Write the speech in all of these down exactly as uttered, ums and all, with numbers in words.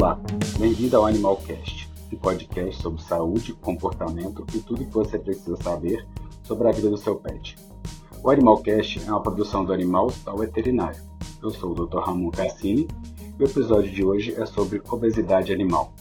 Olá, bem-vindo ao Animalcast, um podcast sobre saúde, comportamento e tudo o que você precisa saber sobre a vida do seu pet. O Animalcast é uma produção do Animal Hospital Veterinário. Eu sou o doutor Ramon Cassini e o episódio de hoje é sobre obesidade animal.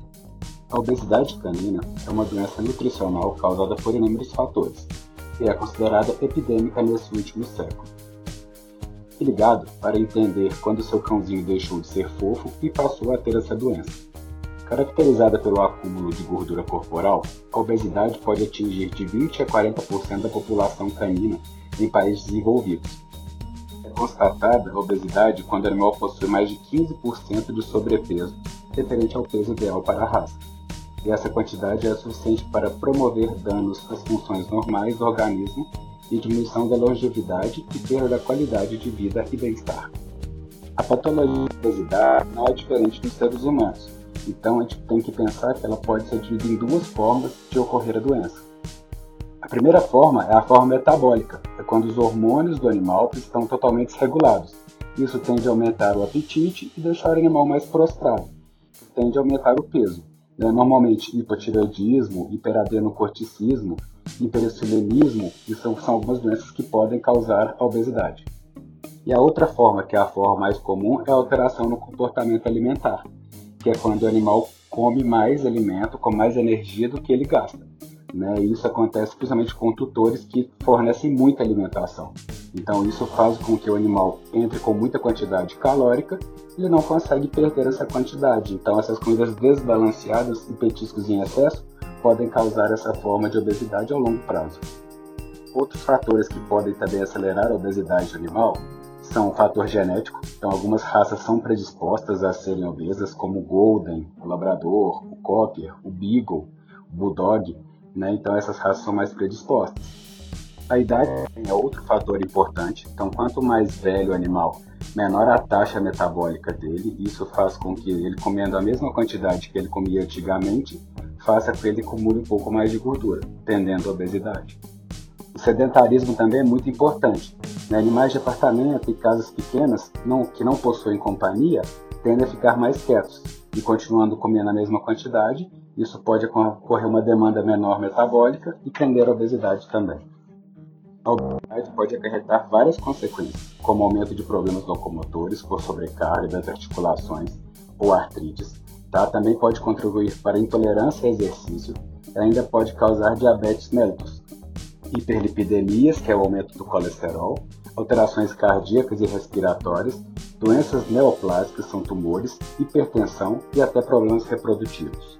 A obesidade canina é uma doença nutricional causada por inúmeros fatores e é considerada epidêmica nesse último século. Fique ligado para entender quando seu cãozinho deixou de ser fofo e passou a ter essa doença. Caracterizada pelo acúmulo de gordura corporal, a obesidade pode atingir de vinte a quarenta por cento da população canina em países desenvolvidos. É constatada a obesidade quando o animal possui mais de quinze por cento de sobrepeso, referente ao peso ideal para a raça. E essa quantidade é suficiente para promover danos às funções normais do organismo e diminuição da longevidade e perda da qualidade de vida e bem-estar. A patologia da obesidade não é diferente dos seres humanos, então a gente tem que pensar que ela pode ser dividida em duas formas de ocorrer a doença. A primeira forma é a forma metabólica, é quando os hormônios do animal estão totalmente desregulados. Isso tende a aumentar o apetite e deixar o animal mais prostrado. Tende a aumentar o peso. Normalmente hipotireoidismo, hiperadenocorticismo, hiperinsulinismo, e são, são algumas doenças que podem causar a obesidade. E a outra forma, que é a forma mais comum, é a alteração no comportamento alimentar, que é quando o animal come mais alimento, com mais energia do que ele gasta. Né? E isso acontece principalmente com tutores que fornecem muita alimentação. Então isso faz com que o animal entre com muita quantidade calórica e ele não consegue perder essa quantidade. Então essas comidas desbalanceadas e petiscos em excesso podem causar essa forma de obesidade ao longo prazo. Outros fatores que podem também acelerar a obesidade animal são o fator genético. Então algumas raças são predispostas a serem obesas, como o Golden, o Labrador, o Cocker, o Beagle, o Bulldog. Né? Então essas raças são mais predispostas. A idade é outro fator importante, então quanto mais velho o animal, menor a taxa metabólica dele. Isso faz com que ele, comendo a mesma quantidade que ele comia antigamente, faça com que ele acumule um pouco mais de gordura, tendendo à obesidade. O sedentarismo também é muito importante. Né? Animais de apartamento e casas pequenas não, que não possuem companhia tendem a ficar mais quietos e continuando comendo a mesma quantidade. Isso pode ocorrer uma demanda menor metabólica e tender à obesidade também. A obesidade pode acarretar várias consequências, como aumento de problemas locomotores por sobrecarga das articulações ou artrites. Tá? Também pode contribuir para intolerância a exercício e ainda pode causar diabetes mellitus, hiperlipidemias, que é o aumento do colesterol, alterações cardíacas e respiratórias, doenças neoplásicas, são tumores, hipertensão e até problemas reprodutivos.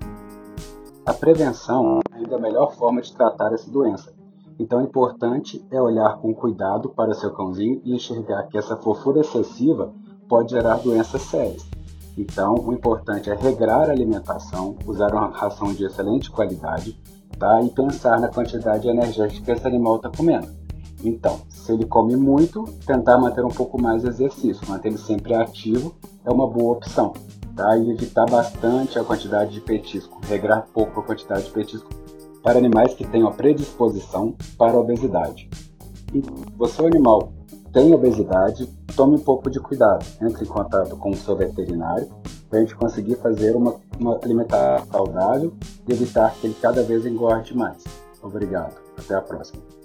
A prevenção ainda é a melhor forma de tratar essa doença. Então, o importante é olhar com cuidado para seu cãozinho e enxergar que essa fofura excessiva pode gerar doenças sérias. Então, o importante é regrar a alimentação, usar uma ração de excelente qualidade, tá? E pensar na quantidade energética que esse animal está comendo. Então, se ele come muito, tentar manter um pouco mais de exercício, manter ele sempre ativo é uma boa opção. Tá? E evitar bastante a quantidade de petisco, regrar pouco a quantidade de petisco para animais que tenham a predisposição para a obesidade. E se você, o animal, tem obesidade, tome um pouco de cuidado, entre em contato com o seu veterinário para a gente conseguir fazer uma, uma alimentação saudável e evitar que ele cada vez engorde mais. Obrigado, até a próxima.